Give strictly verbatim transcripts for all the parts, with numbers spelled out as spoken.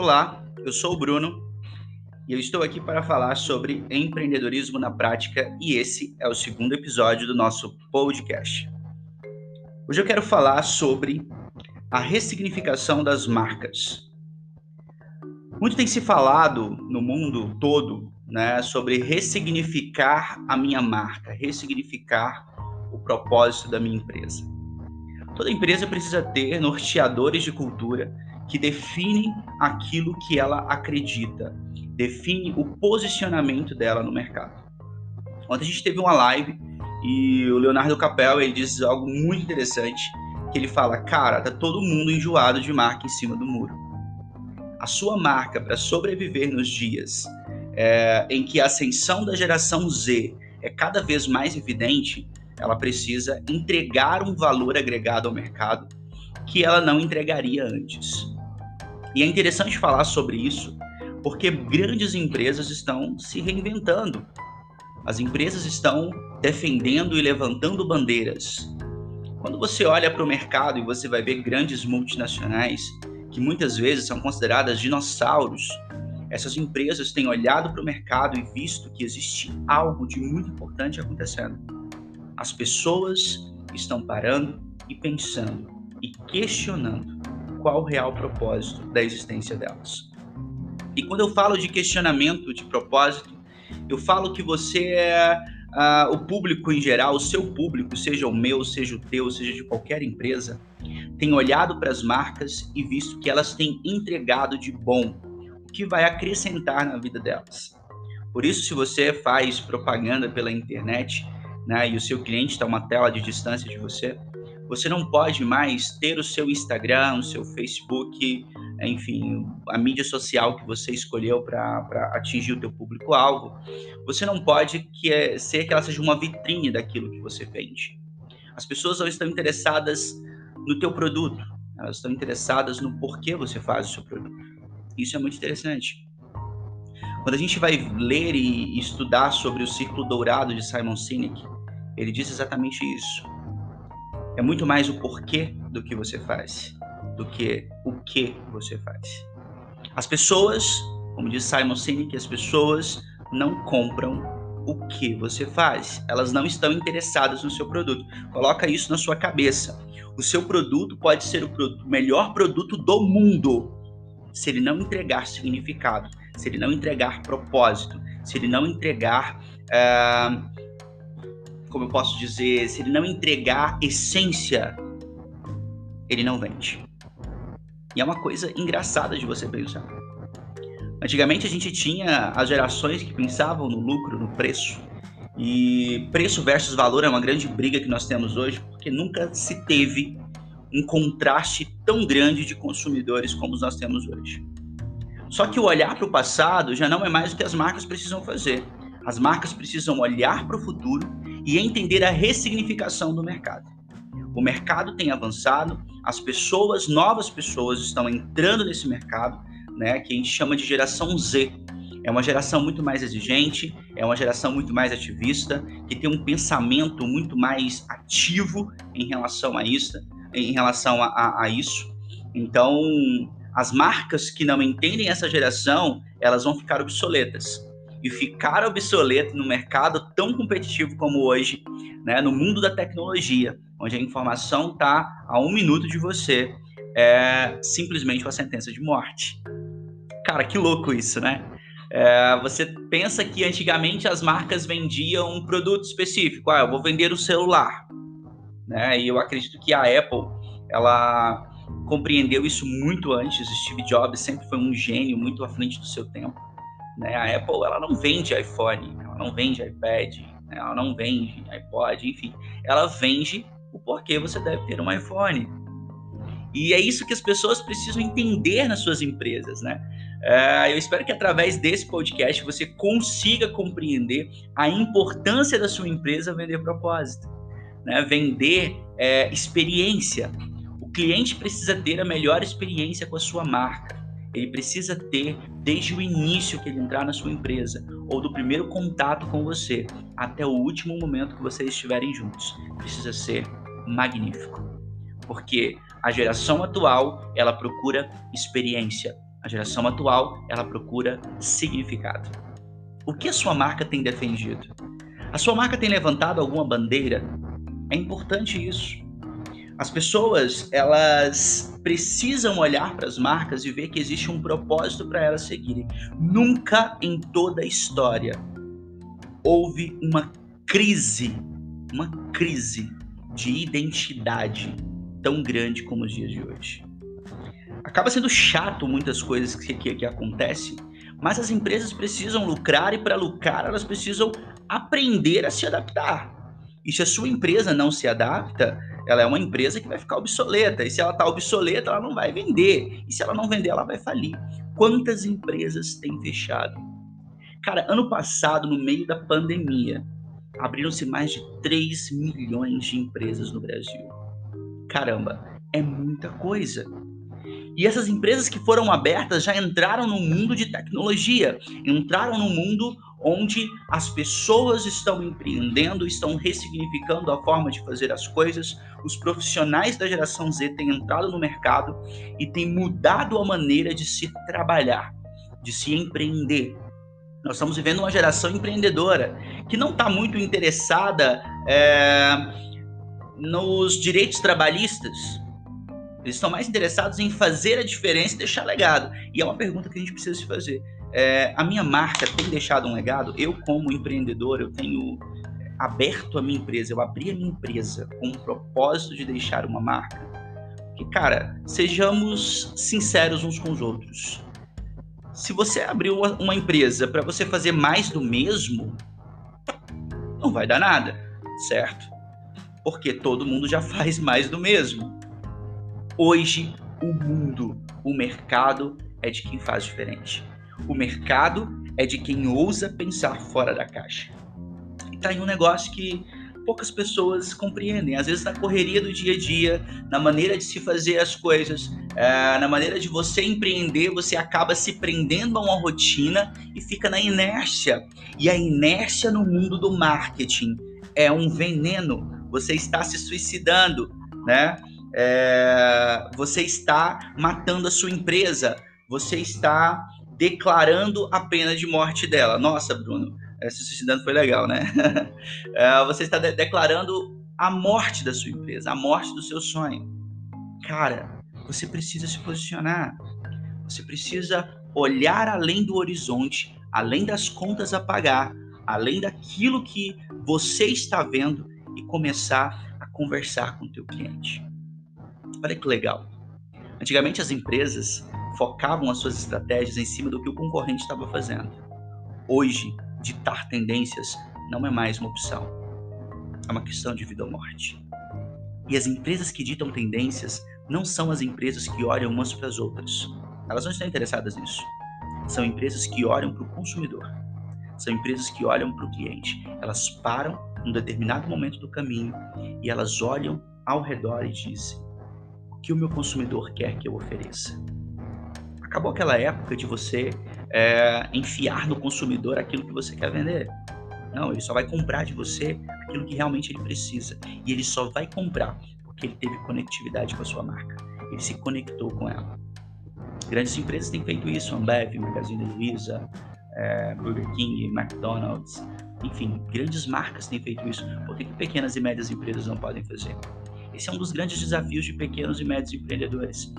Olá, eu sou o Bruno e eu estou aqui para falar sobre empreendedorismo na prática e esse é o segundo episódio do nosso podcast. Hoje eu quero falar sobre a ressignificação das marcas. Muito tem se falado no mundo todo, né, sobre ressignificar a minha marca, ressignificar o propósito da minha empresa. Toda empresa precisa ter norteadores de cultura que definem aquilo que ela acredita, define o posicionamento dela no mercado. Ontem a gente teve uma live e o Leonardo Capel ele diz algo muito interessante, que ele fala, cara, tá todo mundo enjoado de marca em cima do muro. A sua marca, para sobreviver nos dias é, em que a ascensão da geração Z é cada vez mais evidente, ela precisa entregar um valor agregado ao mercado que ela não entregaria antes. E é interessante falar sobre isso porque grandes empresas estão se reinventando. As empresas estão defendendo e levantando bandeiras. Quando você olha para o mercado e você vai ver grandes multinacionais que muitas vezes são consideradas dinossauros, essas empresas têm olhado para o mercado e visto que existe algo de muito importante acontecendo. As pessoas estão parando e pensando e questionando qual o real propósito da existência delas. E quando eu falo de questionamento de propósito, eu falo que você é uh, o público em geral, o seu público, seja o meu, seja o teu, seja de qualquer empresa, tem olhado para as marcas e visto que elas têm entregado de bom, o que vai acrescentar na vida delas. Por isso, se você faz propaganda pela internet, né, e o seu cliente está a uma tela de distância de você, você não pode mais ter o seu Instagram, o seu Facebook, enfim, a mídia social que você escolheu para atingir o teu público-alvo. Você não pode que é, ser que ela seja uma vitrine daquilo que você vende. As pessoas não estão interessadas no teu produto, elas estão interessadas no porquê você faz o seu produto. Isso é muito interessante. Quando a gente vai ler e estudar sobre o Círculo Dourado de Simon Sinek, ele diz exatamente isso. É muito mais o porquê do que você faz, do que o que você faz. As pessoas, como diz Simon Sinek, as pessoas não compram o que você faz. Elas não estão interessadas no seu produto. Coloca isso na sua cabeça. O seu produto pode ser o produto, melhor produto do mundo, se ele não entregar significado, se ele não entregar propósito, se ele não entregar... Uh, como eu posso dizer, se ele não entregar essência, ele não vende. E é uma coisa engraçada de você pensar. Antigamente a gente tinha as gerações que pensavam no lucro, no preço. E preço versus valor é uma grande briga que nós temos hoje, porque nunca se teve um contraste tão grande de consumidores como nós temos hoje. Só que o olhar para o passado já não é mais o que as marcas precisam fazer. As marcas precisam olhar para o futuro e entender a ressignificação do mercado. O mercado tem avançado, as pessoas, novas pessoas estão entrando nesse mercado, né, que a gente chama de geração Z. É uma geração muito mais exigente, é uma geração muito mais ativista, que tem um pensamento muito mais ativo em relação a isso. Em relação a, a, a isso. Então, as marcas que não entendem essa geração, elas vão ficar obsoletas. E ficar obsoleto no mercado tão competitivo como hoje, né, no mundo da tecnologia, onde a informação está a um minuto de você, é simplesmente uma sentença de morte. Cara, que louco isso, né? É, você pensa que antigamente as marcas vendiam um produto específico. Ah, eu vou vender o celular. Né? E eu acredito que a Apple, ela compreendeu isso muito antes. Steve Jobs sempre foi um gênio muito à frente do seu tempo. Né? A Apple, ela não vende iPhone, ela não vende iPad, né? Ela não vende iPod, enfim. Ela vende o porquê você deve ter um iPhone. E é isso que as pessoas precisam entender nas suas empresas, né? Uh, eu espero que através desse podcast você consiga compreender a importância da sua empresa vender propósito, né? Vender é, experiência. O cliente precisa ter a melhor experiência com a sua marca. Ele precisa ter, desde o início que ele entrar na sua empresa, ou do primeiro contato com você, até o último momento que vocês estiverem juntos, precisa ser magnífico. Porque a geração atual, ela procura experiência. A geração atual, ela procura significado. O que a sua marca tem defendido? A sua marca tem levantado alguma bandeira? É importante isso. As pessoas, elas precisam olhar para as marcas e ver que existe um propósito para elas seguirem. Nunca em toda a história houve uma crise, uma crise de identidade tão grande como os dias de hoje. Acaba sendo chato muitas coisas que, que, que acontecem, mas as empresas precisam lucrar e para lucrar elas precisam aprender a se adaptar. E se a sua empresa não se adapta, ela é uma empresa que vai ficar obsoleta. E se ela está obsoleta, ela não vai vender. E se ela não vender, ela vai falir. Quantas empresas têm fechado? Cara, ano passado, no meio da pandemia, abriram-se mais de três milhões de empresas no Brasil. Caramba, é muita coisa. E essas empresas que foram abertas já entraram no mundo de tecnologia, entraram no mundo onde as pessoas estão empreendendo, estão ressignificando a forma de fazer as coisas, os profissionais da geração Z têm entrado no mercado e têm mudado a maneira de se trabalhar, de se empreender. Nós estamos vivendo uma geração empreendedora que não está muito interessada é, nos direitos trabalhistas. Eles estão mais interessados em fazer a diferença e deixar legado. E é uma pergunta que a gente precisa se fazer. É, a minha marca tem deixado um legado? Eu, como empreendedor, eu tenho aberto a minha empresa, eu abri a minha empresa com o propósito de deixar uma marca. Porque, cara, sejamos sinceros uns com os outros. Se você abriu uma empresa para você fazer mais do mesmo, não vai dar nada, certo? Porque todo mundo já faz mais do mesmo. Hoje, o mundo, o mercado é de quem faz diferente. O mercado é de quem ousa pensar fora da caixa. E tá aí um negócio que poucas pessoas compreendem. Às vezes na correria do dia a dia, na maneira de se fazer as coisas, é, na maneira de você empreender, você acaba se prendendo a uma rotina e fica na inércia. E a inércia no mundo do marketing é um veneno. Você está se suicidando, né? É, você está matando a sua empresa, você está declarando a pena de morte dela. Nossa, Bruno, se suicidando foi legal, né? É, você está de- declarando a morte da sua empresa, a morte do seu sonho. Cara, você precisa se posicionar, você precisa olhar além do horizonte, além das contas a pagar, além daquilo que você está vendo e começar a conversar com o teu cliente. Olha que legal. Antigamente as empresas focavam as suas estratégias em cima do que o concorrente estava fazendo. Hoje, ditar tendências não é mais uma opção. É uma questão de vida ou morte. E as empresas que ditam tendências não são as empresas que olham umas para as outras. Elas não estão interessadas nisso. São empresas que olham para o consumidor. São empresas que olham para o cliente. Elas param num determinado momento do caminho e elas olham ao redor e dizem: o que o meu consumidor quer que eu ofereça? Acabou aquela época de você é, enfiar no consumidor aquilo que você quer vender. Não, ele só vai comprar de você aquilo que realmente ele precisa. E ele só vai comprar porque ele teve conectividade com a sua marca. Ele se conectou com ela. Grandes empresas têm feito isso, Ambev, Magazine Luiza, é, Burger King, McDonald's, enfim, grandes marcas têm feito isso. Por que que pequenas e médias empresas não podem fazer? Esse é um dos grandes desafios de pequenos e médios empreendedores.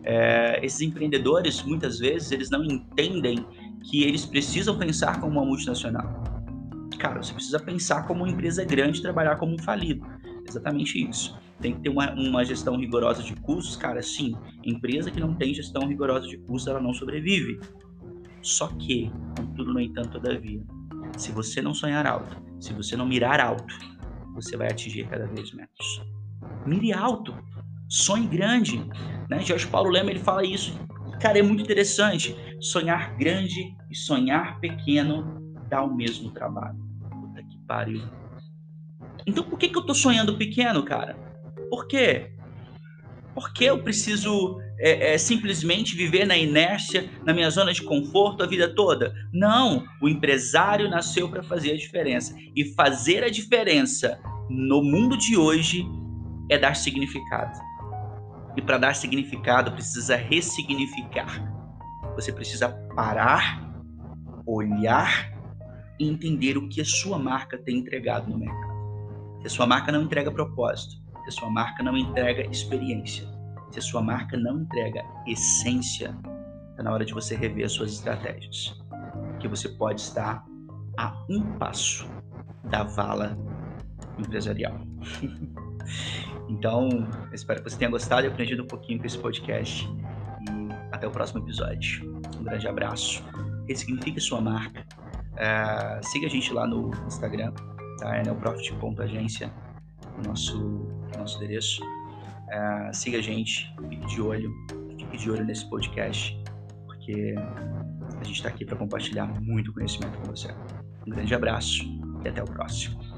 É, esses empreendedores, muitas vezes, eles não entendem que eles precisam pensar como uma multinacional. Cara, você precisa pensar como uma empresa grande e trabalhar como um falido. Exatamente isso. Tem que ter uma, uma gestão rigorosa de custos. Cara, sim, empresa que não tem gestão rigorosa de custos, ela não sobrevive. Só que, contudo, no entanto, todavia, se você não sonhar alto, se você não mirar alto, você vai atingir cada vez menos. Mire alto, sonhe grande, né? Jorge Paulo Lema, ele fala isso, cara, é muito interessante. Sonhar grande e sonhar pequeno dá o mesmo trabalho. Puta que pariu. Então por que que eu tô sonhando pequeno, cara? Por quê? Por que eu preciso é, é, simplesmente viver na inércia, na minha zona de conforto a vida toda? Não, o empresário nasceu para fazer a diferença. E fazer a diferença no mundo de hoje é dar significado. E para dar significado, precisa ressignificar. Você precisa parar, olhar e entender o que a sua marca tem entregado no mercado. Se a sua marca não entrega propósito, se a sua marca não entrega experiência, se a sua marca não entrega essência, está na hora de você rever as suas estratégias. Porque você pode estar a um passo da vala empresarial. Então, eu espero que você tenha gostado e aprendido um pouquinho com esse podcast. E até o próximo episódio. Um grande abraço. Ressignifique sua marca. Uh, siga a gente lá no Instagram, tá? É neoprofit ponto agência, o nosso, nosso endereço. Uh, siga a gente, fique de olho, fique de olho nesse podcast, porque a gente está aqui para compartilhar muito conhecimento com você. Um grande abraço e até o próximo.